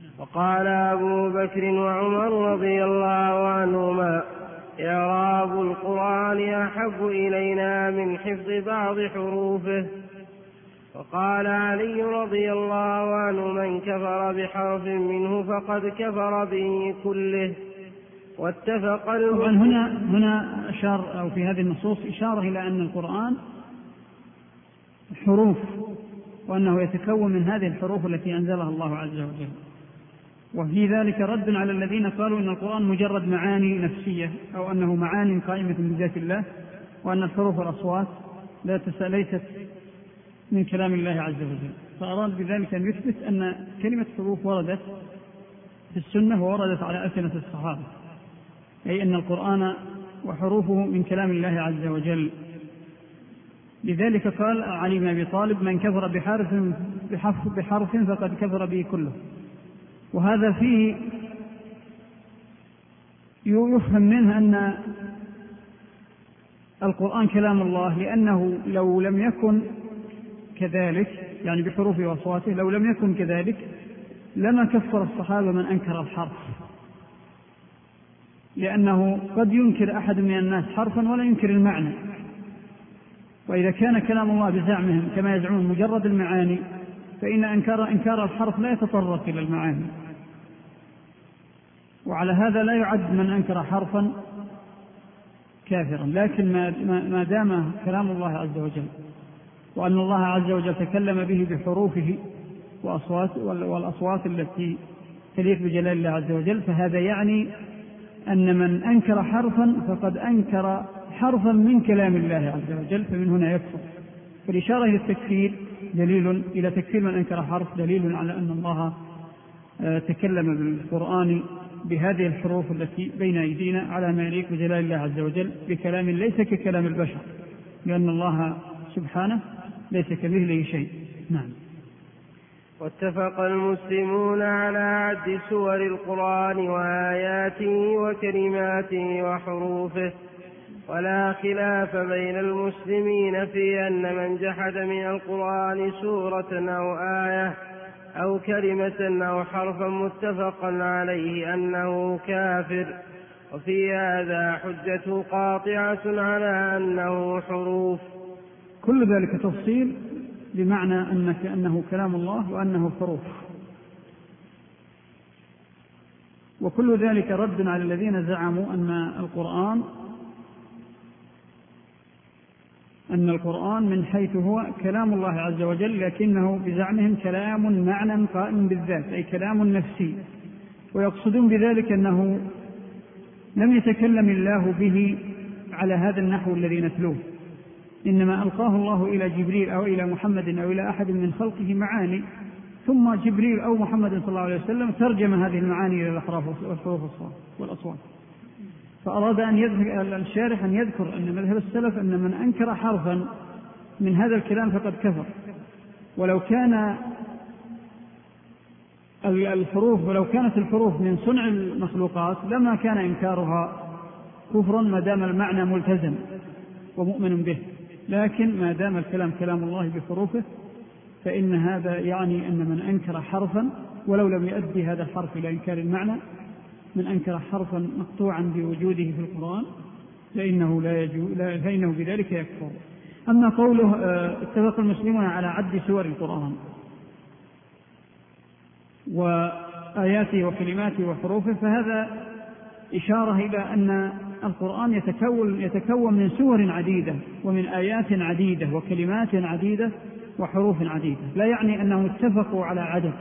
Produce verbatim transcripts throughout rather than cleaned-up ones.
وقال أبو بكر وعمر رضي الله عنهما: إعراب القرآن أحب إلينا من حفظ بعض حروفه. وقال علي رضي الله عنه: من كفر بحرف منه فقد كفر به كله. واتفق طبعا هنا هنا أشار أو في هذه النصوص إشارة إلى أن القرآن حروف، وأنه يتكون من هذه الحروف التي أنزلها الله عز وجل. وفي ذلك رد على الذين قالوا أن القرآن مجرد معاني نفسية، أو أنه معاني قائمة بذات الله، وأن الحروف والأصوات ليست من كلام الله عز وجل. فأراد بذلك أن يثبت أن كلمة حروف وردت في السنة ووردت على ألسنة الصحابة، أي أن القرآن وحروفه من كلام الله عز وجل. لذلك قال علي بن أبي طالب: من كفر بحرف بحرف, بحرف فقد كفر به كله. وهذا فيه يفهم منه أن القرآن كلام الله، لأنه لو لم يكن كذلك، يعني بحروفه وأصواته، لو لم يكن كذلك لما كفر الصحابة من أنكر الحرف، لأنه قد ينكر أحد من الناس حرفا ولا ينكر المعنى. وإذا كان كلام الله بزعمهم كما يزعمون مجرد المعاني، فإن إنكار, إنكار الحرف لا يتطرق إلى المعاني. وعلى هذا لا يعد من أنكر حرفا كافرا. لكن ما دام كلام الله عز وجل، وأن الله عز وجل تكلم به بحروفه وأصوات والأصوات التي تليق بجلال الله عز وجل، فهذا يعني أن من أنكر حرفا فقد أنكر حرفا من كلام الله عز وجل، فمن هنا يكفر. فالإشارة إلى التكفير دليل إلى تكفير من أنكر حرف، دليل على أن الله تكلم بالقرآن بهذه الحروف التي بين أيدينا على ما يليق بجلال الله عز وجل، بكلام ليس ككلام البشر، لأن الله سبحانه ليس كمثله شيء. نعم. واتفق المسلمون على عد سور القرآن وآياته وكلماته وحروفه، ولا خلاف بين المسلمين في أن من جحد من القرآن سورة أو آية أو كلمة أو حرفا متفقا عليه أنه كافر. وفي هذا حجة قاطعة على أنه حروف. كل ذلك تفصيل بمعنى أنك أنه كلام الله وأنه حروف، وكل ذلك رد على الذين زعموا أن القرآن أن القرآن من حيث هو كلام الله عز وجل، لكنه بزعمهم كلام معنى قائم بالذات، أي كلام نفسي. ويقصدون بذلك أنه لم يتكلم الله به على هذا النحو الذي نتلوه، إنما ألقاه الله إلى جبريل أو إلى محمد أو إلى أحد من خلقه معاني، ثم جبريل أو محمد صلى الله عليه وسلم ترجم هذه المعاني إلى الأحراف والحروف والأصوات. فأراد أن يذكر الشارح أن يذكر أن مذهب السلف أن من أنكر حرفا من هذا الكلام فقد كفر، ولو كان الحروف ولو كانت الحروف من صنع المخلوقات لما كان إنكارها كفرا ما دام المعنى ملتزم ومؤمن به. لكن ما دام الكلام كلام الله بحروفه فإن هذا يعني أن من أنكر حرفا ولو لم يؤدي هذا الحرف إلى إنكار المعنى، من أنكر حرفا مقطوعا بوجوده في القرآن فإنه, لا يجوز فإنه بذلك يكفر. أما قوله اتفق المسلمون على عد سور القرآن وآياته وكلماته وحروفه، فهذا إشارة إلى أن القرآن يتكون, يتكون من سور عديدة ومن آيات عديدة وكلمات عديدة وحروف عديدة، لا يعني أنهم اتفقوا على عدد،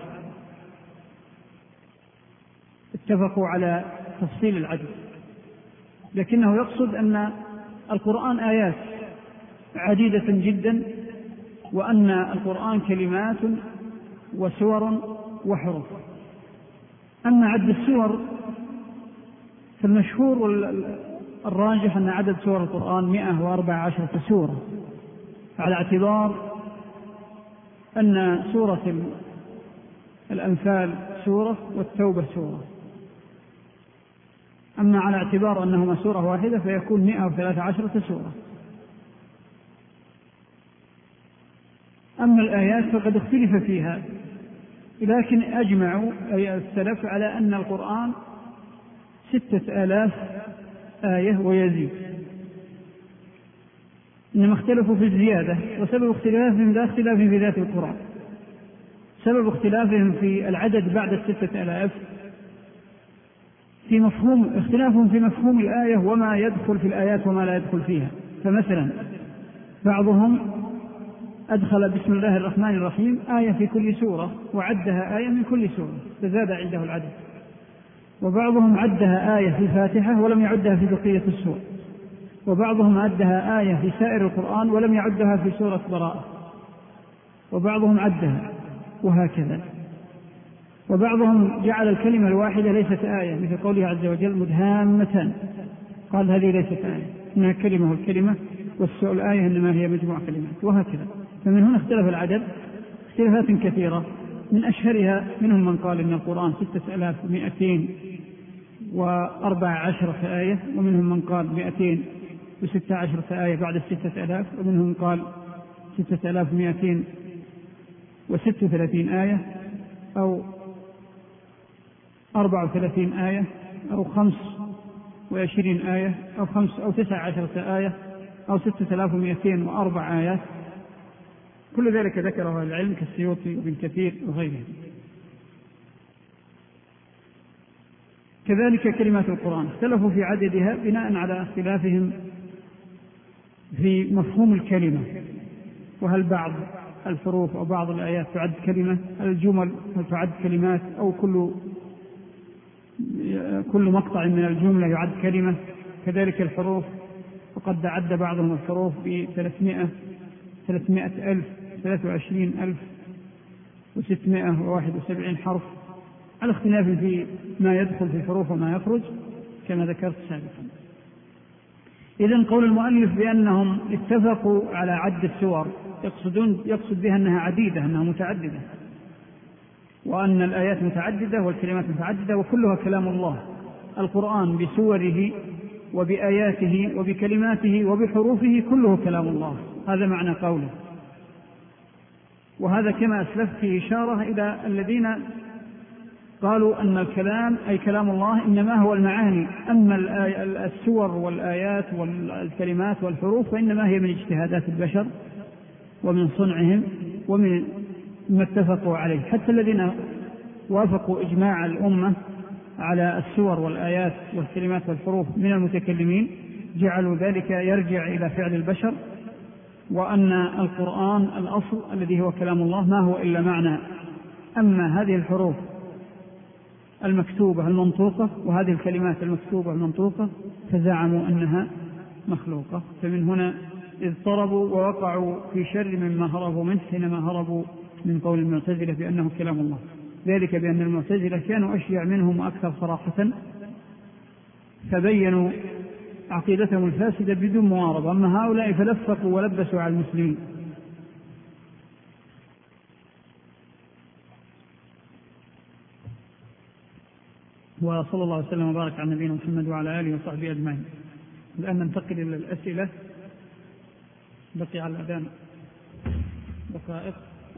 اتفقوا على تفصيل العدد، لكنه يقصد أن القرآن آيات عديدة جدا، وأن القرآن كلمات وسور وحروف. أما عد السور فالمشهور والراجح أن عدد سور القرآن مئة وأربع عشرة سورة، على اعتبار أن سورة الأنفال سورة والتوبة سورة. أما على اعتبار أنهما سورة واحدة فيكون مئة وثلاث عشرة سورة. أما الآيات فقد اختلف فيها، لكن أجمعوا أي السلف على أن القرآن ستة آلاف آية ويزيد، إنما اختلفوا في الزيادة، وسبب اختلافهم ذا اختلاف في ذات القرآن. سبب اختلافهم في العدد بعد الستة آلاف في مفهوم اختلافهم في مفهوم الآية وما يدخل في الآيات وما لا يدخل فيها. فمثلا بعضهم أدخل بسم الله الرحمن الرحيم آية في كل سورة وعدها آية من كل سورة فزاد عنده العدد، وبعضهم عدها آية في الفاتحة ولم يعدها في بقية السور، وبعضهم عدها آية في سائر القرآن ولم يعدها في سورة براءة، وبعضهم عدها، وهكذا. وبعضهم جعل الكلمة الواحدة ليست آية، مثل قوله عز وجل مدهامتان، قال هذه ليست آية، إنها كلمة والكلمة والسؤال آية إنما هي مجموعة كلمات، وهكذا. فمن هنا اختلف العدد اختلافات كثيرة، من أشهرها منهم من قال إن القرآن ستة آلاف ومائتين وأربع عشرة آية، ومنهم من قال مائتين وستة عشرة آية بعد الستة آلاف، ومنهم من قال ستة آلاف ومائتين وستة وثلاثين آية، أو أربع وثلاثين آية، أو خمس وعشرين آية، أو خمس أو تسع عشرة آية، أو ستة آلاف ومائتين وأربع آيات. كل ذلك ذكره العلم كالسيوطي وابن كثير وغيرهم. كذلك كلمات القرآن اختلفوا في عددها بناء على اختلافهم في مفهوم الكلمة، وهل بعض الحروف أو بعض الآيات تعد كلمة، الجمل هل تعد كلمات، أو كل كل مقطع من الجملة يعد كلمة. كذلك الحروف، وقد عد بعضهم الحروف بثلاثمائة ثلاثمائة ألف ثلاثة وعشرين ألف وستمائة وواحد وسبعين حرف، على اختلاف في ما يدخل في الحروف وما يخرج كما ذكرت سابقا. إذن قول المؤلف بأنهم اتفقوا على عد السور يقصدون يقصد بها أنها عديدة، أنها متعددة، وأن الآيات متعددة والكلمات متعددة، وكلها كلام الله. القرآن بسوره وبآياته وبكلماته وبحروفه كله كلام الله، هذا معنى قوله. وهذا كما أسلفت في إشارة إلى الذين قالوا أن الكلام أي كلام الله إنما هو المعاني، أما السور والآيات والكلمات والحروف فإنما هي من اجتهادات البشر ومن صنعهم ومن ما اتفقوا عليه. حتى الذين وافقوا إجماع الأمة على السور والآيات والكلمات والحروف من المتكلمين جعلوا ذلك يرجع إلى فعل البشر، وأن القرآن الأصل الذي هو كلام الله ما هو إلا معنى. أما هذه الحروف المكتوبة المنطوقة وهذه الكلمات المكتوبة المنطوقة فزعموا أنها مخلوقة. فمن هنا اضطربوا ووقعوا في شر مما هربوا منه حينما هربوا من قول المعتزلة بأنه كلام الله، ذلك بأن المعتزلة كانوا أشيع منهم وأكثر صراحة، فبينوا عقيدتهم الفاسدة بدون معارضة. أما هؤلاء فلفقوا ولبسوا على المسلمين. وصلى الله وسلم وبارك على نبينا محمد وعلى آله وصحبه أجمعين. الآن ننتقل إلى الأسئلة، بقي على الأذان دقائق.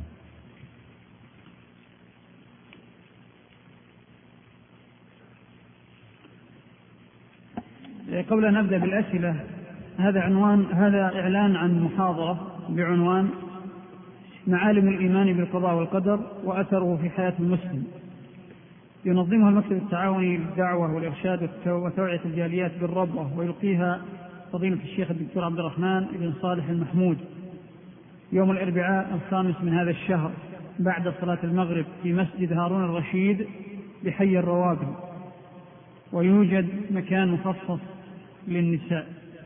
قبل أن نبدأ بالأسئلة، هذا عنوان هذا إعلان عن محاضرة بعنوان معالم الإيمان بالقضاء والقدر وأثره في حياة المسلم، ينظمها المكتب التعاوني للدعوة والإرشاد وتوعية الجاليات بالربوة، ويلقيها فضيلة الشيخ الدكتور عبد الرحمن بن صالح المحمود يوم الأربعاء الخامس من هذا الشهر بعد صلاة المغرب في مسجد هارون الرشيد بحي الروابي، ويوجد مكان مخصص للنساء.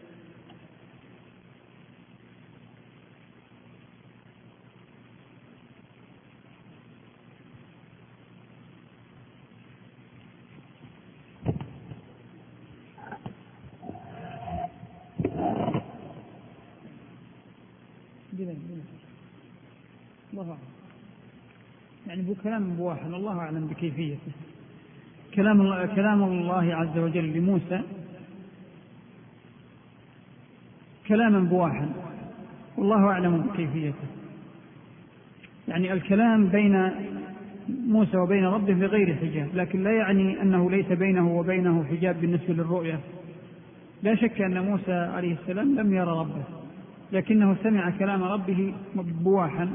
الله أعلم، يعني بو كلام بواحد، الله أعلم بكيفيته. كلام الله, كلام الله عز وجل لموسى كلاما بواحد، والله أعلم بكيفيته. يعني الكلام بين موسى وبين ربه بغير حجاب، لكن لا يعني أنه ليس بينه وبينه حجاب بالنسبة للرؤية. لا شك أن موسى عليه السلام لم يرى ربه، لكنه سمع كلام ربه بواحا،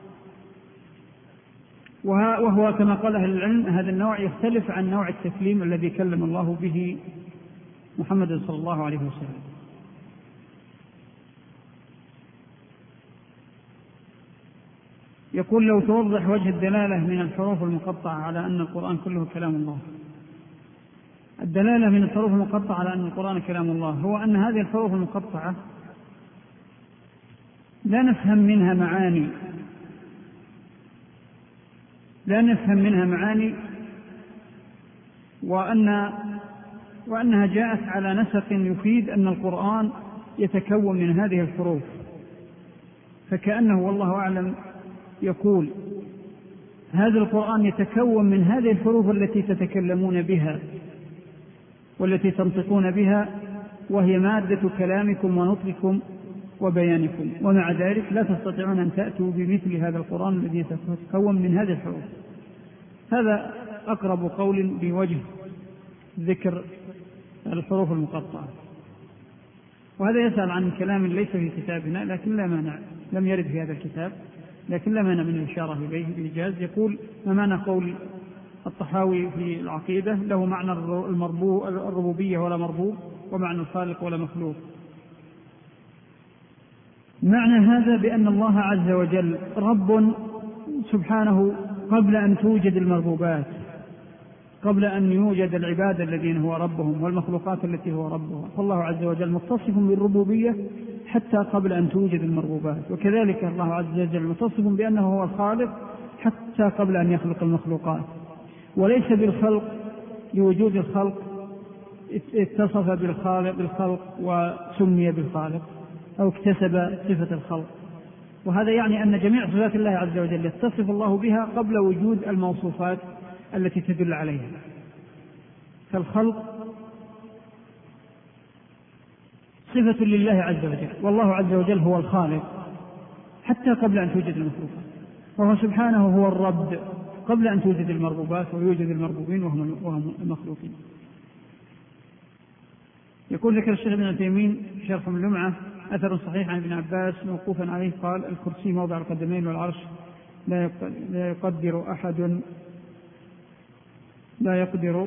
وهو كما قال أهل العلم هذا النوع يختلف عن نوع التكليم الذي كلم الله به محمد صلى الله عليه وسلم. يقول لو توضح وجه الدلالة من الحروف المقطعة على أن القرآن كله كلام الله. الدلالة من الحروف المقطعة على أن القرآن كلام الله هو أن هذه الحروف المقطعة لا نفهم منها معاني لا نفهم منها معاني وأن وأنها جاءت على نسق يفيد أن القرآن يتكون من هذه الحروف، فكأنه والله أعلم يقول هذا القرآن يتكون من هذه الحروف التي تتكلمون بها والتي تنطقون بها، وهي مادة كلامكم ونطقكم وبيانكم، ومع ذلك لا تستطيعون أن تأتوا بمثل هذا القرآن الذي يتكون من هذه الحروف. هذا أقرب قول بوجه ذكر الحروف المقطعة. وهذا يسأل عن كلام ليس في كتابنا لكن لا مانع، لم يرد في هذا الكتاب لكن لا مانع من الإشارة إليه بإيجاز. يقول ما معنى قول الطحاوي في العقيدة له معنى الربوبية ولا مربوب، ومعنى الخالق ولا مخلوق. معنى هذا بأن الله عز وجل رب سبحانه قبل أن توجد المربوبات، قبل أن يوجد العباد الذين هو ربهم والمخلوقات التي هو ربها، فالله عز وجل متصف بالربوبية حتى قبل أن توجد المربوبات، وكذلك الله عز وجل متصف بأنه هو الخالق حتى قبل أن يخلق المخلوقات، وليس بالخلق لوجود الخلق اتصف بالخالق بالخلق وسمي بالخالق أو اكتسب صفة الخلق. وهذا يعني أن جميع صفات الله عز وجل يتصف الله بها قبل وجود الموصوفات التي تدل عليها. فالخلق صفة لله عز وجل، والله عز وجل هو الخالق حتى قبل أن توجد المخلوقات، وهو سبحانه هو الرب قبل أن توجد المربوبات ويوجد المربوبين وهم المخلوقين. يقول ذكر الشيخ ابن عثيمين شرح من لمعة أثر صحيح عن ابن عباس موقوفا عليه قال الكرسي موضع القدمين والعرش لا يقدر أحد لا يقدر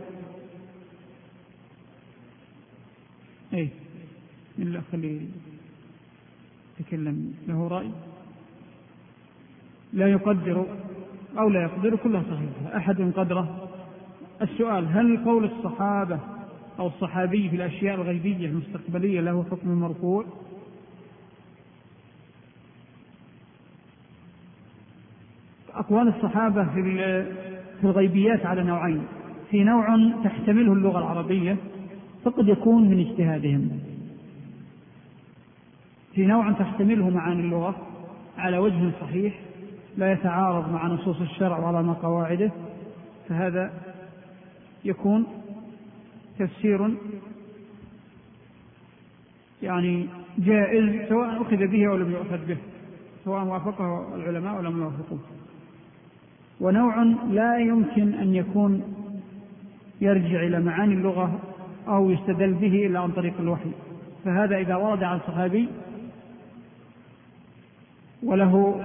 أي إلا خليه يتكلم له رأي لا يقدر أو لا يقدر كلها صحيحة أحد قدره. السؤال هل قول الصحابة أو الصحابي في الأشياء الغيبية المستقبلية له حكم مرفوع؟ أقوال الصحابة في الغيبيات على نوعين، في نوع تحتمله اللغة العربية فقد يكون من اجتهادهم، في نوع تحتمله معاني اللغة على وجه صحيح لا يتعارض مع نصوص الشرع ولا مع قواعده، فهذا يكون تفسير يعني جائز سواء أخذ به أو لم يؤخذ به، سواء وافقه العلماء ولم يوافقوه. ونوع لا يمكن أن يكون يرجع إلى معاني اللغة أو يستدل به إلا عن طريق الوحي، فهذا إذا ورد عن صحابي وله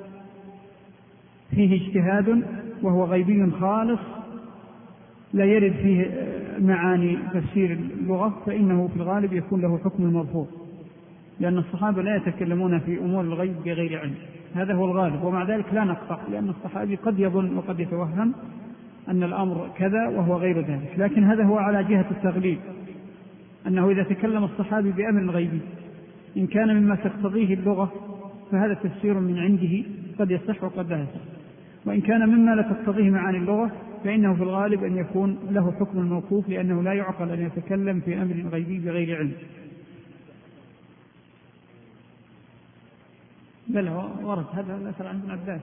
فيه اجتهاد وهو غيبي خالص لا يرد فيه معاني تفسير اللغة فإنه في الغالب يكون له حكم المرفوع، لأن الصحابة لا يتكلمون في أمور الغيب بغير علم، هذا هو الغالب. ومع ذلك لا نقطع، لأن الصحابي قد يظن وقد يتوهم أن الأمر كذا وهو غير ذلك، لكن هذا هو على جهة التغليب، أنه إذا تكلم الصحابي بأمر غيبي إن كان مما تقتضيه اللغة فهذا تفسير من عنده قد يصح وقد لا يصح، وإن كان مما لا تقتضيه معاني اللغة فإنه في الغالب أن يكون له حكم الموقوف، لأنه لا يعقل أن يتكلم في أمر غيبي بغير علم. بل ورد هذا الأثر عن ابن عباس،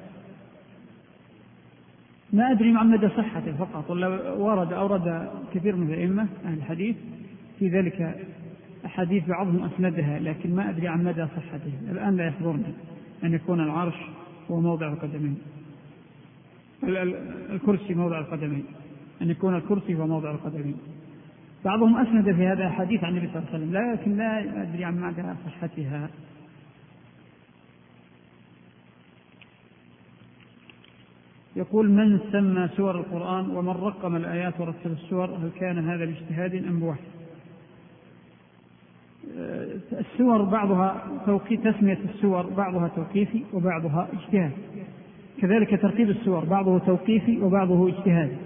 ما أدري عن مدى صحته فقط، ولا ورد أورد كثير من الأئمة أهل الحديث في ذلك أحاديث بعضهم أسندها، لكن ما أدري عن مدى صحته الآن لا يحضرني أن يكون العرش هو موضع القدمين. الكرسي موضع القدمين، أن يكون الكرسي هو موضع القدمين. بعضهم أسند في هذا حديث عن النبي صلى الله عليه وسلم، لكن لا أدري عن مدى صحتها. يقول: من سمى سور القرآن ومن رقم الآيات ورتب السور، هل كان هذا باجتهاد أم بوحي؟ السور بعضها توقيف، تسمية السور بعضها توقيفي وبعضها اجتهاد، كذلك ترتيب السور بعضه توقيفي وبعضه اجتهاد.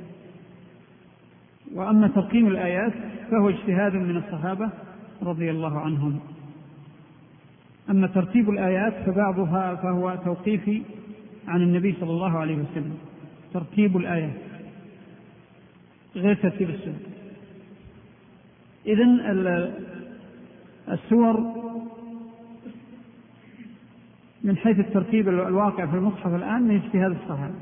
وأما ترقيم الآيات فهو اجتهاد من الصحابة رضي الله عنهم. أما ترتيب الآيات فبعضها فهو توقيفي عن النبي صلى الله عليه وسلم، ترتيب الآيات غير ترتيب السور. إذن السور من حيث الترتيب الواقع في المصحف الآن من اجتهاد الصحابة.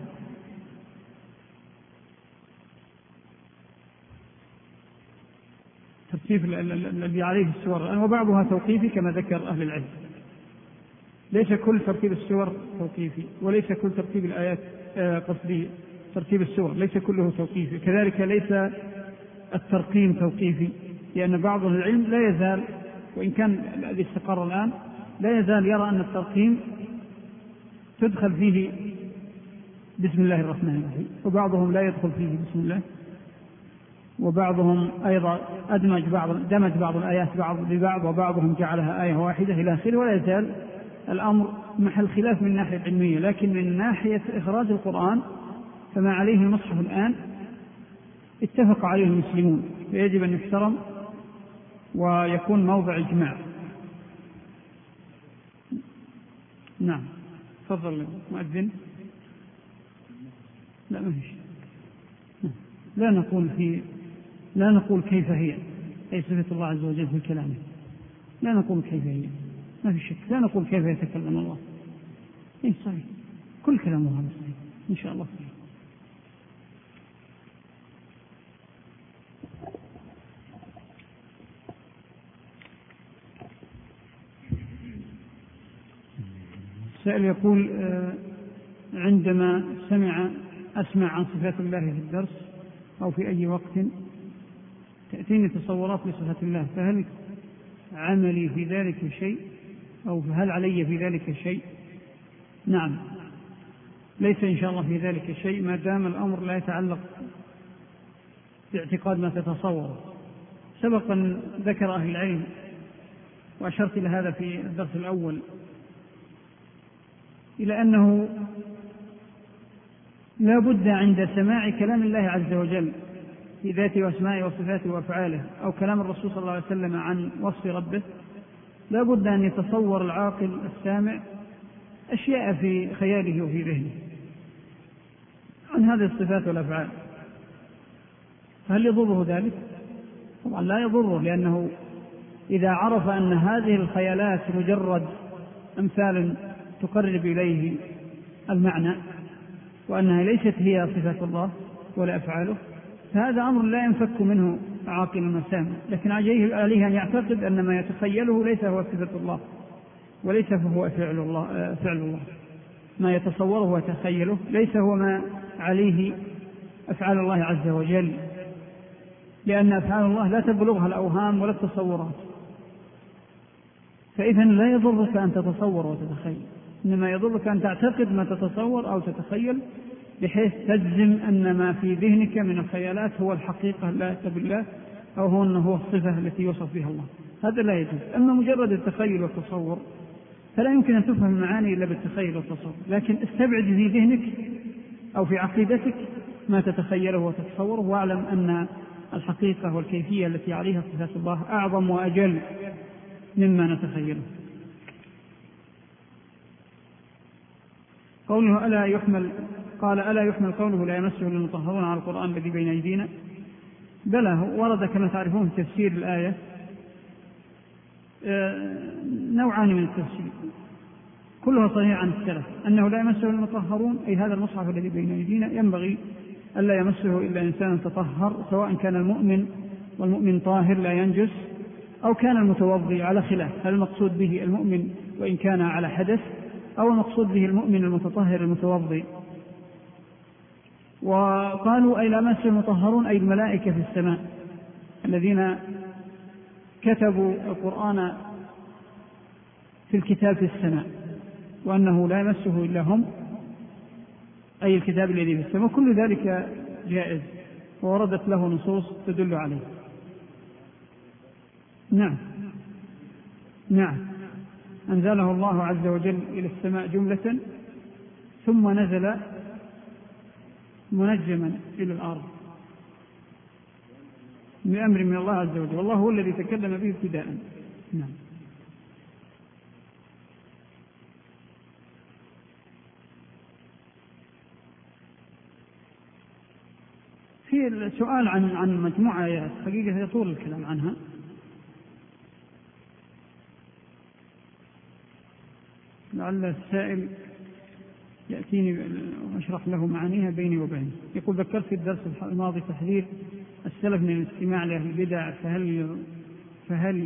ترتيب الذي عليه السور الآن، وبعضها توقيفي كما ذكر أهل العلم. ليس كل ترتيب السور توقيفي، وليس كل ترتيب الآيات قصدي ترتيب السور ليس كله توقيفي، كذلك ليس الترقيم توقيفي، لأن بعض العلم لا يزال، وإن كان الذي استقر الآن، لا يزال يرى أن الترقيم تدخل فيه بسم الله الرحمن الرحيم، وبعضهم لا يدخل فيه بسم الله، وبعضهم أيضا أدمج بعض دمج بعض الآيات بعض ببعض، وبعضهم جعلها آية واحدة إلى آخره. ولا يزال الأمر محل خلاف من الناحية العلمية، لكن من ناحية إخراج القرآن فما عليه المصحف الآن اتفق عليه المسلمون، فيجب أن يحترم ويكون موضع إجماع. نعم، تفضل مؤذن. لا ما فيش، لا نقول في لا نقول كيف هي، أي صفة الله عز وجل في كلامه، لا نقول كيف هي، ما في شك، لا نقول كيف يتكلم الله. إيه صحيح، كل كلامه هذا صحيح إن شاء الله صحيح. سائل يقول: عندما سمع أسمع عن صفات الله في الدرس أو في أي وقت تأتيني تصورات لصفات الله، فهل عملي في ذلك شيء أو هل علي في ذلك شيء؟ نعم، ليس إن شاء الله في ذلك شيء ما دام الأمر لا يتعلق باعتقاد ما تتصور. سبقا ذكر أهل العلم وأشرت إلى هذا في الدرس الأول، إلى أنه لا بد عند سماع كلام الله عز وجل في ذاته واسمائه وصفاته وأفعاله، أو كلام الرسول صلى الله عليه وسلم عن وصف ربه، لا بد أن يتصور العاقل السامع أشياء في خياله وفي ذهنه عن هذه الصفات والأفعال. فهل يضره ذلك؟ طبعا لا يضره، لأنه إذا عرف أن هذه الخيالات مجرد أمثال تقرب إليه المعنى، وأنها ليست هي صفة الله ولا أفعاله، فهذا أمر لا ينفك منه عاقل وسامع. لكن عليه أن يعتقد أن ما يتخيله ليس هو صفة الله وليس هو فعل الله, فعل الله. ما يتصوره ويتخيله ليس هو ما عليه أفعال الله عز وجل، لأن أفعال الله لا تبلغها الأوهام ولا التصورات. فإذا لا يضرك أن تتصور وتتخيل، إنما يضرك أن تعتقد ما تتصور أو تتخيل، بحيث تجزم أن ما في ذهنك من الخيالات هو الحقيقة لا بالله، أو هو أنه هو الصفة التي يوصف بها الله. هذا لا يجوز. أما مجرد التخيل والتصور فلا يمكن أن تفهم المعاني إلا بالتخيل والتصور، لكن استبعد في ذهنك أو في عقيدتك ما تتخيله وتتصوره، واعلم أن الحقيقة والكيفية التي عليها صفات الله أعظم وأجل مما نتخيله. قوله ألا يحمل قال ألا يحمل قوله لا يمسه المطهرون على القرآن الذي بين أيدينا؟ بلى، ورد كما تعرفون في تفسير الآية نوعان من التفسير كلها صحيح عن السلف، أنه لا يمسه المطهرون، أي هذا المصحف الذي بين أيدينا ينبغي ألا يمسه إلا إنسان تطهر، سواء كان المؤمن والمؤمن طاهر لا ينجس، أو كان المتوضي، على خلاف هل المقصود به المؤمن وإن كان على حدث، أو المقصود به المؤمن المتطهر المتوضي. وقالوا أي لا مسه المطهرون أي الملائكة في السماء الذين كتبوا القرآن في الكتاب في السماء، وأنه لا يمسه إلا هم أي الكتاب الذي في السماء. كل ذلك جائز ووردت له نصوص تدل عليه. نعم نعم أنزله الله عز وجل إلى السماء جملة ثم نزل منجما إلى الأرض بأمر من الله عز وجل، والله هو الذي تكلم به ابتداء. نعم. في السؤال عن عن مجموعة آيات حقيقة يطول الكلام عنها، لعل السائل يأتيني وأشرح له معانيها بيني وبينه. يقول ذكرت في الدرس الماضي تحذير السلف من الاستماع لأهل البدع، فهل فهل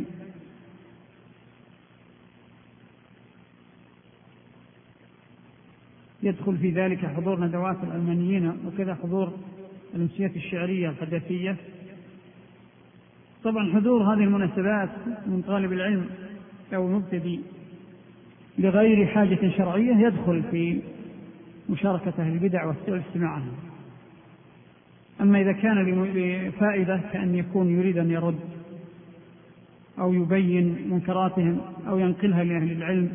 يدخل في ذلك حضور ندوات العلمانيين وكذا حضور الأمسيات الشعرية الحداثية؟ طبعا حضور هذه المناسبات من طالب العلم أو مبتدئ لغير حاجة شرعية يدخل في مشاركة أهل البدع والاستماع عنها. أما إذا كان لفائدة كأن يكون يريد أن يرد أو يبين منكراتهم أو ينقلها لأهل العلم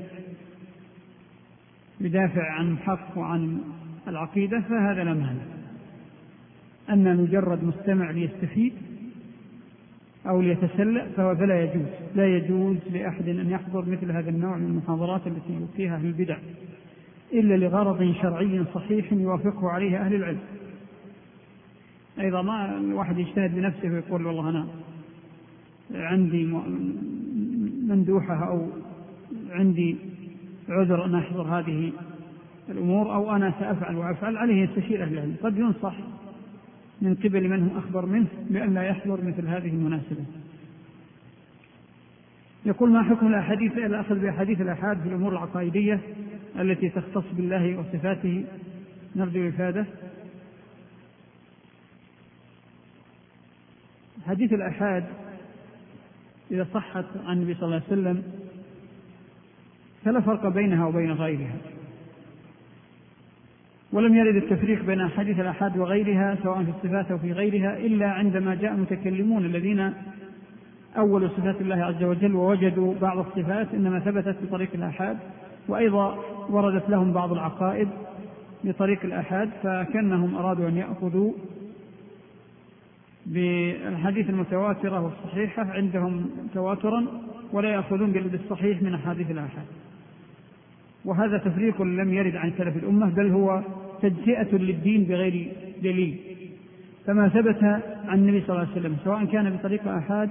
بدافع عن الحق وعن العقيدة فهذا لا مانع. أما مجرد مستمع ليستفيد أو ليتسلى فلا يجوز لا يجوز لأحد أن يحضر مثل هذا النوع من المحاضرات التي يلقيها أهل البدع إلا لغرض شرعي صحيح يوافقه عليه أهل العلم. أيضا ما الواحد يجتهد بنفسه ويقول والله أنا عندي مندوحة أو عندي عذر أن أحضر هذه الأمور أو أنا سأفعل وأفعل، عليه يستشير أهل العلم. قد ينصح من قبل من هم أخبر منه بأن لا يحضر مثل هذه المناسبة. يقول ما حكم الأحاديث الأخذ بأحاديث الآحاد في الأمور العقائدية التي تختص بالله وصفاته؟ نرجو الإفادة. حديث الآحاد إذا صحت عن النبي صلى الله عليه وسلم فلا فرق بينها وبين غيرها، ولم يرد التفريق بين أحاديث الآحاد وغيرها سواء في الصفات أو في غيرها إلا عندما جاء المتكلمون الذين أولوا صفات الله عز وجل ووجدوا بعض الصفات إنما ثبتت بطريق الآحاد، وأيضا وردت لهم بعض العقائد بطريق الآحاد، فكأنهم أرادوا أن يأخذوا بالحديث المتواترة والصحيحة عندهم تواترا ولا يأخذون بالصحيح من أحاديث الآحاد. وهذا تفريق لم يرد عن سلف الأمة، بل هو تجزئة للدين بغير دليل. فما ثبت عن النبي صلى الله عليه وسلم سواء كان بطريق آحاد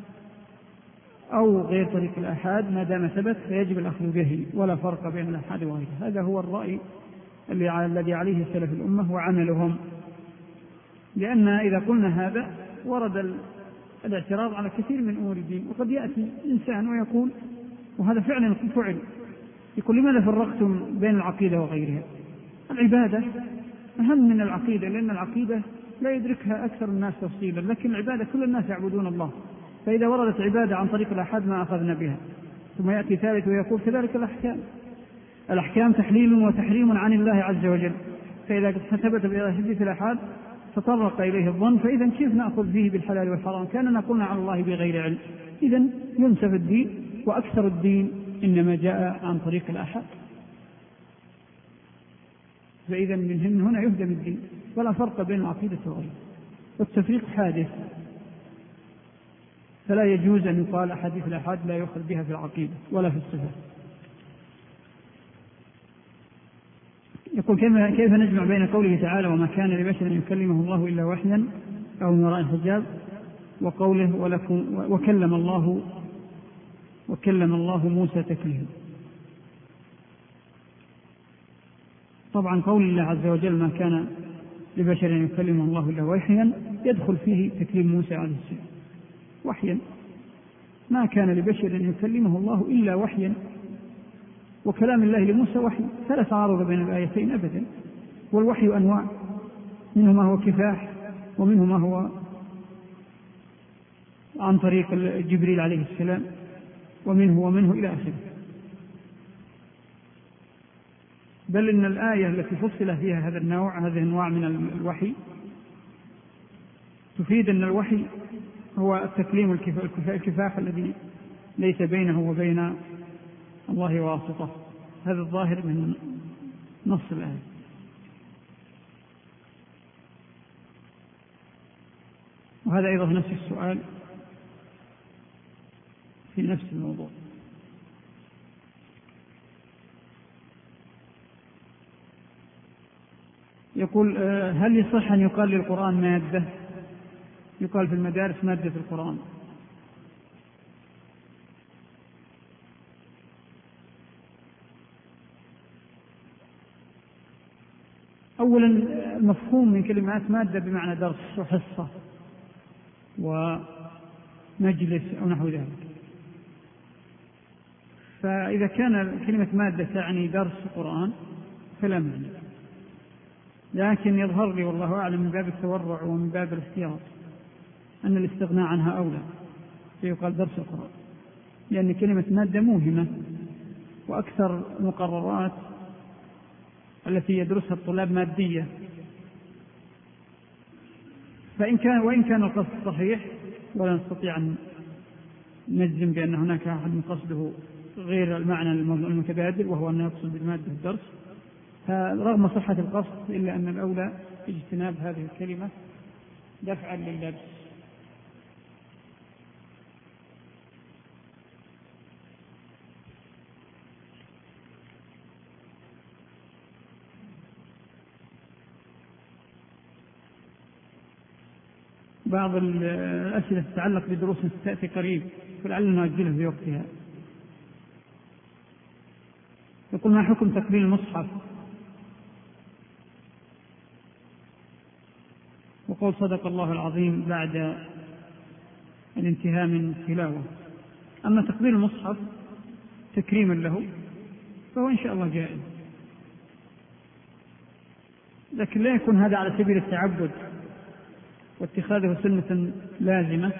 أو غير طريق الآحاد ما دام ثبت فيجب الأخذ به ولا فرق بين الآحاد وغيره. هذا هو الرأي الذي عليه سلف الأمة وعملهم، لأن إذا قلنا هذا ورد الاعتراض على كثير من أمور الدين. وقد يأتي إنسان ويقول، وهذا فعلا فعل، يقول لماذا فرقتم بين العقيدة وغيرها؟ العبادة أهم من العقيدة، لأن العقيدة لا يدركها أكثر الناس تفصيلا، لكن العبادة كل الناس يعبدون الله، فإذا وردت عبادة عن طريق الآحاد ما أخذنا بها. ثم يأتي ثالث ويقول كذلك الأحكام الأحكام تحليل وتحريم عن الله عز وجل، فإذا ثبت بحديث الآحاد تطرق إليه الظن، فإذا كيف نأخذ فيه بالحلال والحرام؟ كاننا قلنا على الله بغير علم. إذن ينسف الدين، وأكثر الدين إنما جاء عن طريق الآحاد. فإذا من هنا يهدم الدين، ولا فرق بين العقيدة وغيرها، والتفريق حادث، فلا يجوز أن يقال أحاديث الآحاد لا يؤخذ بها في العقيدة ولا في الصفات. يقول كيف نجمع بين قوله تعالى وما كان لبشر أن يكلمه الله إلا وحيا أو من وراء الحجاب وقوله ولكم وكلم الله وكلم الله موسى تكليما؟ طبعا قول الله عز وجل ما كان لبشر أن يكلمه الله إلا وحيا يدخل فيه تكليم موسى عليه السلام وحيا. ما كان لبشر أن يكلمه الله إلا وحيا، وكلام الله لموسى وحي، فلا تعارض بين الآيتين أبدا. والوحي أنواع، منه ما هو كفاح، ومنه ما هو عن طريق جبريل عليه السلام، ومنه ومنه إلى آخره. بل إن الآية التي فصل فيها هذا النوع هذه الأنواع من الوحي تفيد أن الوحي هو التكليم الكفاح الذي ليس بينه وبين الله واسطة. هذا الظاهر من نص الآية. وهذا أيضا نفس السؤال في نفس الموضوع. يقول هل يصح أن يقال للقرآن مادة؟ يقال في المدارس مادة القرآن. أولا المفهوم من كلمات مادة بمعنى درس وحصة ومجلس أو نحو ذلك. فإذا كان كلمة مادة تعني درس قرآن فلا معنى، لكن يظهر لي والله أعلم من باب التورع ومن باب الاحتياط أن الاستغناء عنها أولى، فيقال درس القرآن، لأن كلمة مادة موهمة، وأكثر المقررات التي يدرسها الطلاب مادية. فإن كان وإن كان القصد صحيح ولا نستطيع أن نجزم بأن هناك أحد من قصده غير المعنى المتبادل وهو أن يقصد بالمادة الدرس، فرغم صحة القصد إلا أن الأولى اجتناب هذه الكلمة دفعا لللبس. بعض الأسئلة تتعلق بدروس تأتي قريب فلعلنا نؤجلها في وقتها. يقول ما حكم تقبيل المصحف وقول صدق الله العظيم بعد الانتهاء من التلاوة؟ أما تقبيل المصحف تكريما له فهو إن شاء الله جائز، لكن لا يكون هذا على سبيل التعبد واتخاذه سنة لازمة،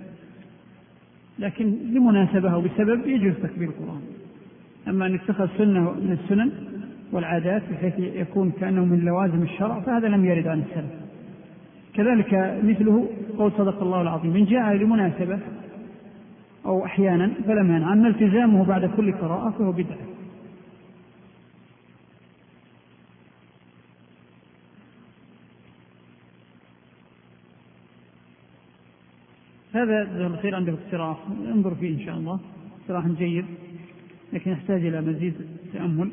لكن لمناسبة أو بسبب يجوز تكبير القرآن. أما أن يتخذ سنة من السنن والعادات بحيث يكون كأنه من لوازم الشرع فهذا لم يرد عن السلف. كذلك مثله قول صدق الله العظيم من جاء لمناسبة أو أحيانا فلا مانع، أما التزامه بعد كل قراءة فهو بدعة. هذا جزاه الله خير عنده اقتراح انظر فيه إن شاء الله، اقتراح جيد لكن يحتاج إلى مزيد تأمل.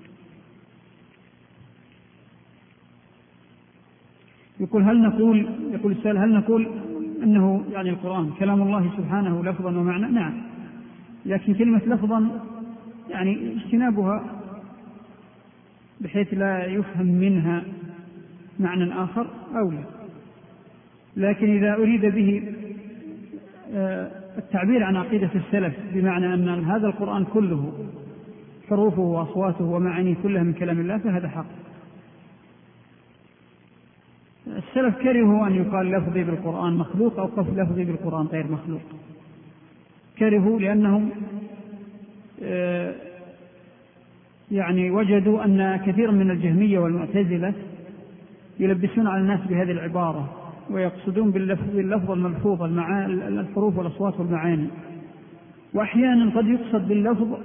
يقول هل نقول يقول السائل هل نقول أنه يعني القرآن كلام الله سبحانه لفظا ومعنى؟ نعم، لكن كلمة لفظا يعني اجتنابها بحيث لا يفهم منها معنى آخر أولى، لكن إذا أريد به التعبير عن عقيدة السلف بمعنى أن هذا القرآن كله حروفه وأصواته ومعانيه كلها من كلام الله فهذا حق. السلف كرهوا أن يقال لفظي بالقرآن مخلوق أو لفظي بالقرآن غير مخلوق، كرهوا لأنهم يعني وجدوا أن كثير من الجهمية والمعتزلة يلبسون على الناس بهذه العبارة ويقصدون باللفظ الملفوظ الحروف والأصوات والمعاني، وأحيانا قد يقصد باللفظ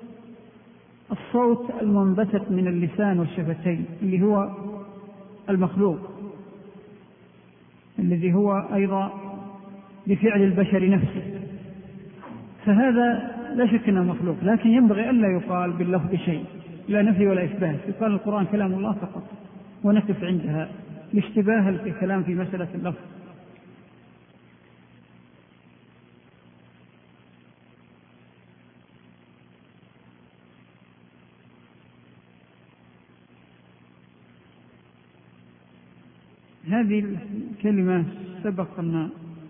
الصوت المنبثق من اللسان والشفتين اللي هو المخلوق الذي هو أيضا بفعل البشر نفسه، فهذا لا شك أنه مخلوق، لكن ينبغي ألا يقال باللفظ شيء، لا نفي ولا إثبات، يقال القرآن كلام الله فقط ونقف عندها لاشتباه الكلام في مسألة اللفظ. هذه الكلمة سبق أن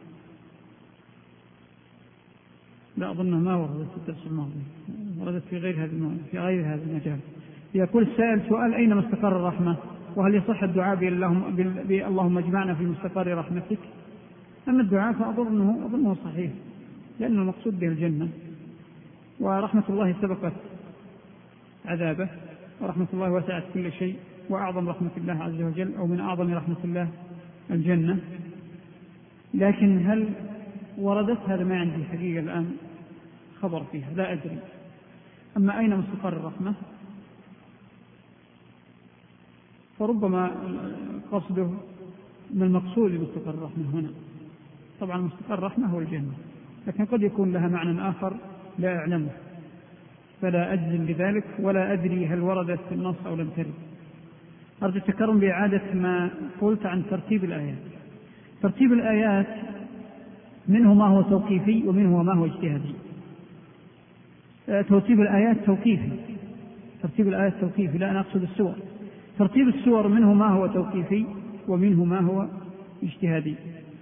لا أظنها ما وردت في الدرس الماضي، وردت في غير هذا في غير هذا المجال. يقول السائل سؤال أين مستقر الرحمة؟ وهل يصح الدعاء اللهم اجمعنا في مستقر رحمتك؟ أما الدعاء فأظنه أظنه صحيح، لأن المقصود به الجنة، ورحمة الله سبقت عذابه، ورحمة الله وسعت كل شيء، وأعظم رحمة الله عز وجل أو من أعظم رحمة الله الجنة. لكن هل وردت؟ هذا ما عندي حقيقة الآن خبر فيها، لا أدري. أما أين مستقر الرحمة فربما قصده من المقصود بمستقر الرحمة هنا. طبعا مستقر الرحمة هو الجنة، لكن قد يكون لها معنى آخر لا أعلمه، فلا أجزم بذلك ولا أدري هل وردت في النص أو لم ترد. أرجو التكرم بإعادة ما قلت عن ترتيب الآيات. ترتيب الآيات منه ما هو توقيفي ومنه ما هو اجتهادي. ترتيب الآيات توقيفي، ترتيب الآيات توقيفي، لا أنا أقصد السور. ترتيب السور منه ما هو توقيفي ومنه ما هو اجتهادي.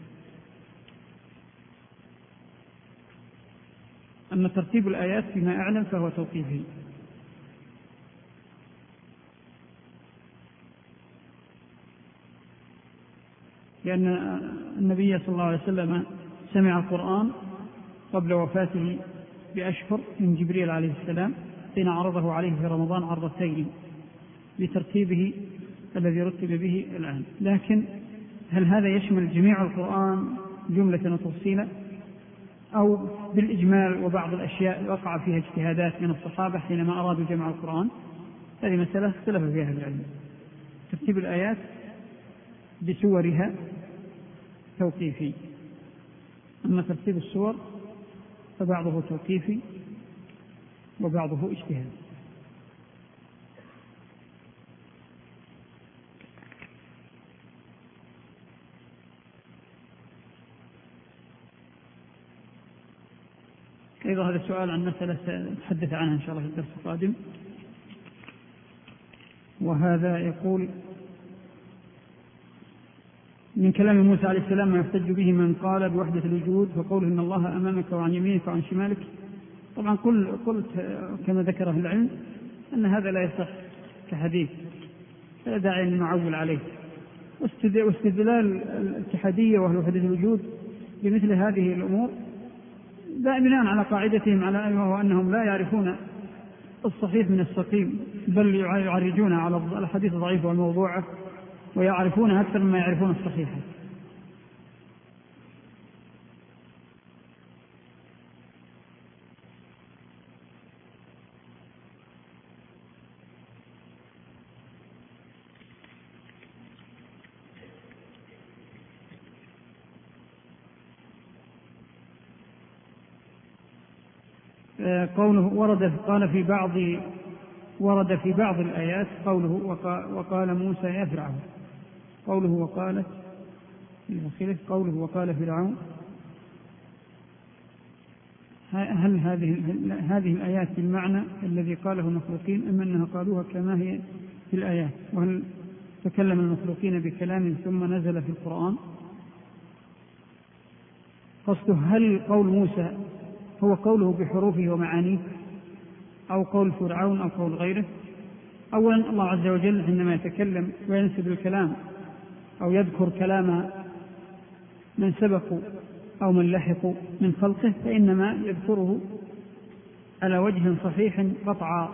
أما ترتيب الآيات فيما أعلم فهو توقيفي. لأن النبي صلى الله عليه وسلم سمع القرآن قبل وفاته بأشهر من جبريل عليه السلام حين عرضه عليه في رمضان عرضتين بترتيبه الذي رتب به الآن. لكن هل هذا يشمل جميع القرآن جملة وتفصيلا أو بالإجمال وبعض الأشياء وقع فيها اجتهادات من الصحابة حينما أرادوا جمع القرآن؟ هذه مسألة اختلف فيها أهل العلم. ترتيب الآيات بسورها توقيفي، أما ترتيب السور فبعضه توقيفي وبعضه اجتهادي. أيضا هذا السؤال عن مسألة سأتحدث عنها إن شاء الله في الدرس القادم. وهذا يقول: من كلام موسى عليه السلام ما يحتج به من قال بوحدة الوجود فقوله إن الله أمامك وعن يمينك وعن شمالك. طبعا قلت كما ذكره العلم أن هذا لا يصح كحديث، فلا داعي أن نعول عليه. واستدلال الاتحادية وأهل وحدة الوجود بمثل هذه الأمور بناء على قاعدتهم على أنهم لا يعرفون الصحيح من السقيم، بل يعرجون على الحديث الضعيف والموضوع ويعرفون أكثر مما يعرفون الصحيح. قوله ورد قال في بعض ورد في بعض الآيات قوله وقال موسى يا فرعون، قوله وقالت قوله وقال فرعون. هل هذه هذه الآيات بالمعنى الذي قاله المخلوقين أم أنها قالوها كما هي في الآيات؟ وهل تكلم المخلوقين بكلام ثم نزل في القرآن؟ قصده هل قول موسى هو قوله بحروفه ومعانيه أو قول فرعون أو قول غيره؟ أولا الله عز وجل حينما يتكلم وينسب الكلام أو يذكر كلام من سبقوا أو من لحقوا من خلقه فإنما يذكره على وجه صحيح قطعا،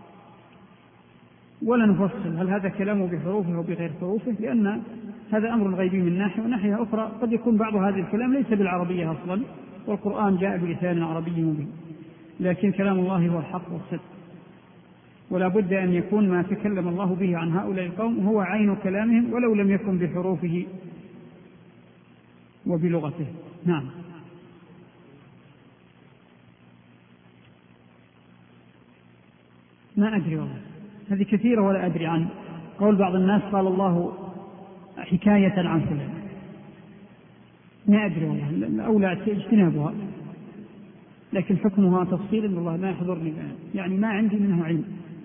ولا نفصل هل هذا كلامه بحروفه أو بغير حروفه، لأن هذا أمر غيبي من ناحية، وناحية أخرى قد يكون بعض هذا الكلام ليس بالعربية أصلا، والقرآن جاء بلسان عربي مبين، لكن كلام الله هو الحق والصدق، ولا بد أن يكون ما تكلم الله به عن هؤلاء القوم هو عين كلامهم ولو لم يكن بحروفه وبلغته. نعم. ما أدري والله، هذه كثيرة ولا أدري عنه. قول بعض الناس قال الله حكاية عن فلان، ما أدري والله، أولى اجتنابها، لكن حكمها تفصيل إن الله ما يحضرني الآن، يعني ما عندي منه علم.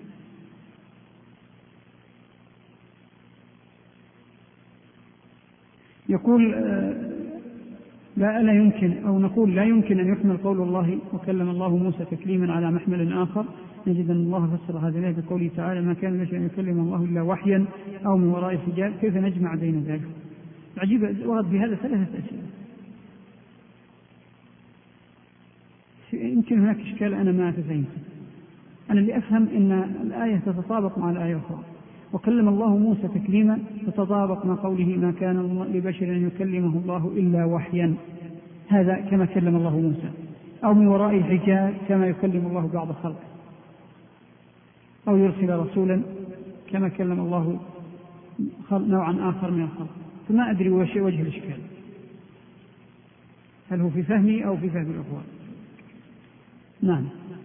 يقول لا لا يمكن أو نقول لا يمكن أن يحمل قول الله وكلم الله موسى تكليما على محمل آخر نجد أن الله فسر هذه الآية بقوله تعالى ما كان لبشر أن يكلم الله إلا وحيا أو من وراء حجاب، كيف نجمع بين ذلك؟ العجيب ورد بهذا ثلاثة أسئلة. يمكن هناك إشكال أنا ما فهمته. أنا اللي أفهم أن الآية تتطابق مع الآية الأخرى، وكلم الله موسى تكليما تتطابق مع قوله ما كان لبشر أن يكلمه الله إلا وحيا، هذا كما كلم الله موسى، أو من وراء حجاب كما يكلم الله بعض خلقه، أو يرسل رسولا كما كلم الله نوعا آخر من الخلق. فما أدري وجه الإشكال، هل هو في فهمي أو في فهم الأخوان؟ نعم.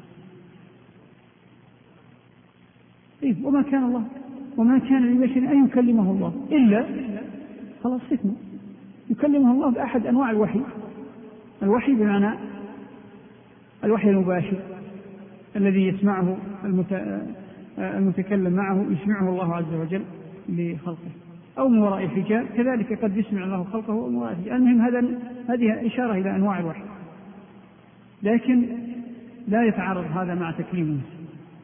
طيب وما كان الله وما كان لبشر أن يكلمه الله إلا، خلاص ستنا يكلمه الله بأحد أنواع الوحي. الوحي بمعنى الوحي المباشر الذي يسمعه المتكلم معه، يسمعه الله عز وجل لخلقه، أو من وراء حجاب كذلك قد يسمع الله خلقه من وراء حجاب. المهم هذا هذه إشارة إلى أنواع الوحي، لكن لا يتعارض هذا مع تكليم موسى.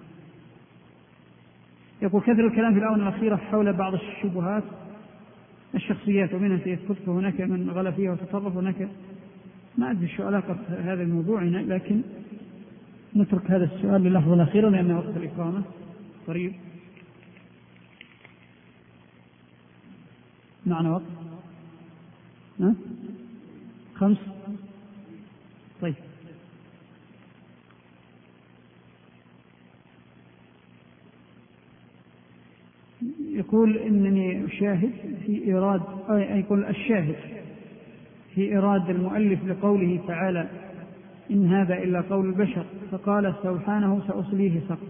يقول كثر الكلام في الآونة الأخيرة حول بعض الشبهات الشخصيات ومنها سيد قطب، هناك من غلا فيها وتطرف، هناك ما أدري شو علاقة هذا الموضوع هنا، لكن نترك هذا السؤال للحظة الأخيرة لأن وقت الإقامة قريب. معنا وقت ها؟ خمس. طيب يقول إنني أشاهد في إيراد، أي يقول الشاهد في إيراد المؤلف لقوله تعالى إن هذا إلا قول البشر، فقال سبحانه سأصليه سقر.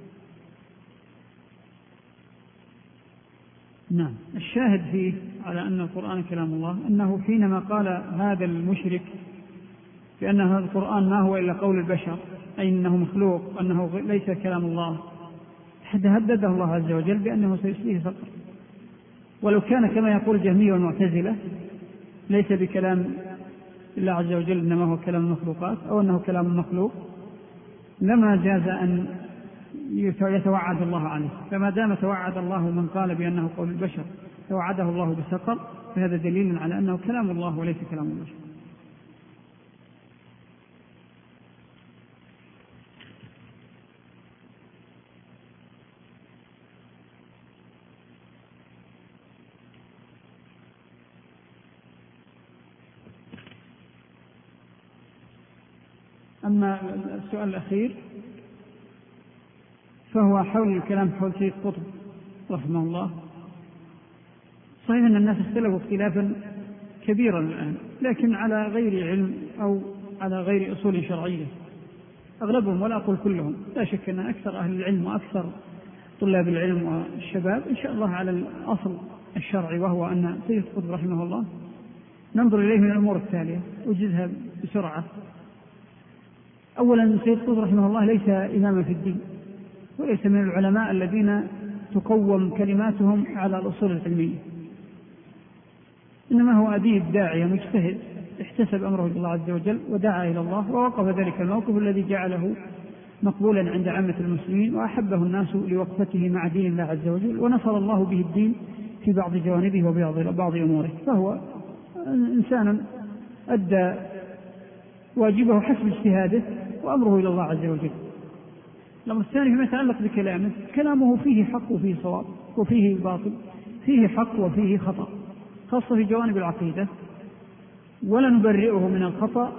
نعم، الشاهد فيه على أن القرآن كلام الله أنه حينما قال هذا المشرك بأن هذا القرآن ما هو إلا قول البشر، أي أنه مخلوق، أنه ليس كلام الله، هدده الله عز وجل بأنه سيصليه سقر. ولو كان كما يقول الجهمية والمعتزلة ليس بكلام الله عز وجل إنما هو كلام المخلوقات أو أنه كلام مخلوق لما جاز أن يتوعد الله عليه. فما دام توعد الله من قال بأنه قول البشر توعده الله بسقر، فهذا دليل على أنه كلام الله وليس كلام البشر. أما السؤال الأخير فهو حول الكلام حول سيد قطب رحمه الله. صحيح أن الناس اختلفوا اختلافا كبيرا الآن، لكن على غير علم أو على غير أصول شرعية أغلبهم، ولا أقول كلهم، لا شك أن أكثر أهل العلم وأكثر طلاب العلم والشباب إن شاء الله على الأصل الشرعي، وهو أن سيد قطب رحمه الله ننظر إليه من الأمور التالية أجزها بسرعة. أولا سيد قطب رحمه الله ليس إماما في الدين، وليس من العلماء الذين تقوم كلماتهم على الأصول العلمية، إنما هو أديب داعية مجتهد احتسب أمره لله عز وجل ودعا إلى الله، ووقف ذلك الموقف الذي جعله مقبولا عند عامة المسلمين وأحبه الناس لوقفته مع دين الله عز وجل، ونصر الله به الدين في بعض جوانبه وبعض أموره. فهو إنسان أدى واجبه حسب اجتهاده وأمره إلى الله عز وجل. الأمر الثاني فيما يتعلق بكلامه، كلامه فيه حق وفيه صواب وفيه باطل، فيه حق وفيه خطأ، خاصة في جوانب العقيدة، ولا نبرئه من الخطأ.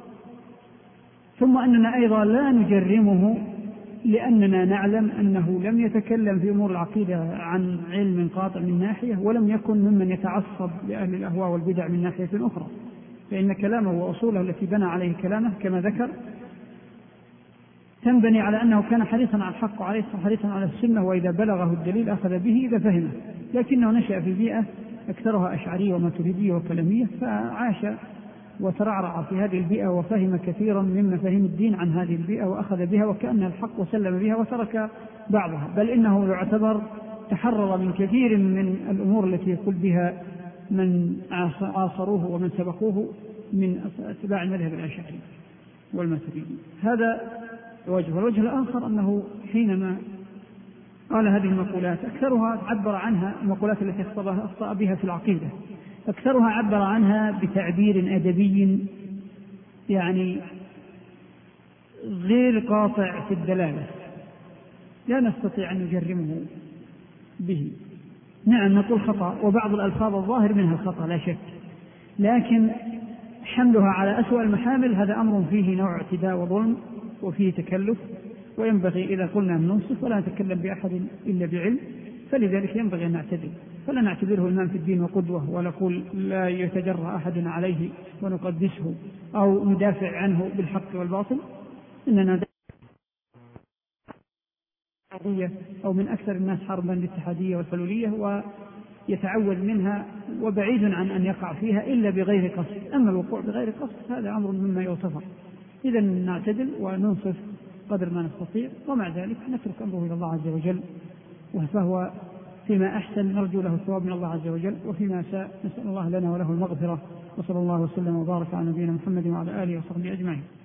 ثم أننا أيضا لا نجرمه لأننا نعلم أنه لم يتكلم في أمور العقيدة عن علم قاطع من ناحية، ولم يكن ممن يتعصب لأهل الأهواء والبدع من ناحية أخرى، فإن كلامه وأصوله التي بنى عليه كلامه كما ذكر تنبني على أنه كان حريصا على الحق وعليه حريصا على السنة، وإذا بلغه الدليل أخذ به إذا فهمه. لكنه نشأ في بيئة أكثرها أشعرية وماتريدية وكلامية، فعاش وترعرع في هذه البيئة وفهم كثيرا من مفاهيم الدين عن هذه البيئة وأخذ بها وكأنها الحق وسلم بها وترك بعضها، بل إنه يعتبر تحرر من كثير من الأمور التي يقول بها من عاصروه ومن سبقوه من أتباع المذهب الأشعري والماتريدي. هذا وجه. والوجه الآخر أنه حينما قال هذه المقولات أكثرها عبر عنها المقولات التي أخطأ بها في العقيدة، أكثرها عبر عنها بتعبير أدبي يعني غير قاطع في الدلالة، لا نستطيع أن نجرمه به. نعم نقول خطأ، وبعض الألفاظ الظاهر منها الخطأ لا شك، لكن حملها على أسوأ المحامل هذا أمر فيه نوع اعتداء وظلم وفيه تكلف، وينبغي إذا قلنا أن ننصف ولا نتكلم بأحد إلا بعلم، فلذلك ينبغي أن نعتدل، فلا نعتبره إمام في الدين وقدوة ونقول لا يتجرأ أحد عليه ونقدسه أو ندافع عنه بالحق والباطل. إننا أو من أكثر الناس حربا للاتحادية والحلولية ويتعوذ منها وبعيد عن أن يقع فيها إلا بغير قصد، أما الوقوع بغير قصد هذا أمر مما يغتفر. إذا نعتدل وننصف قدر ما نستطيع، ومع ذلك نترك أمره إلى الله عز وجل، فهو فيما أحسن نرجو له الثواب من الله عز وجل، وفيما ساء نسأل الله لنا وله المغفرة. وصلى الله وسلم وبارك على نبينا محمد وعلى آله وصحبه أجمعين.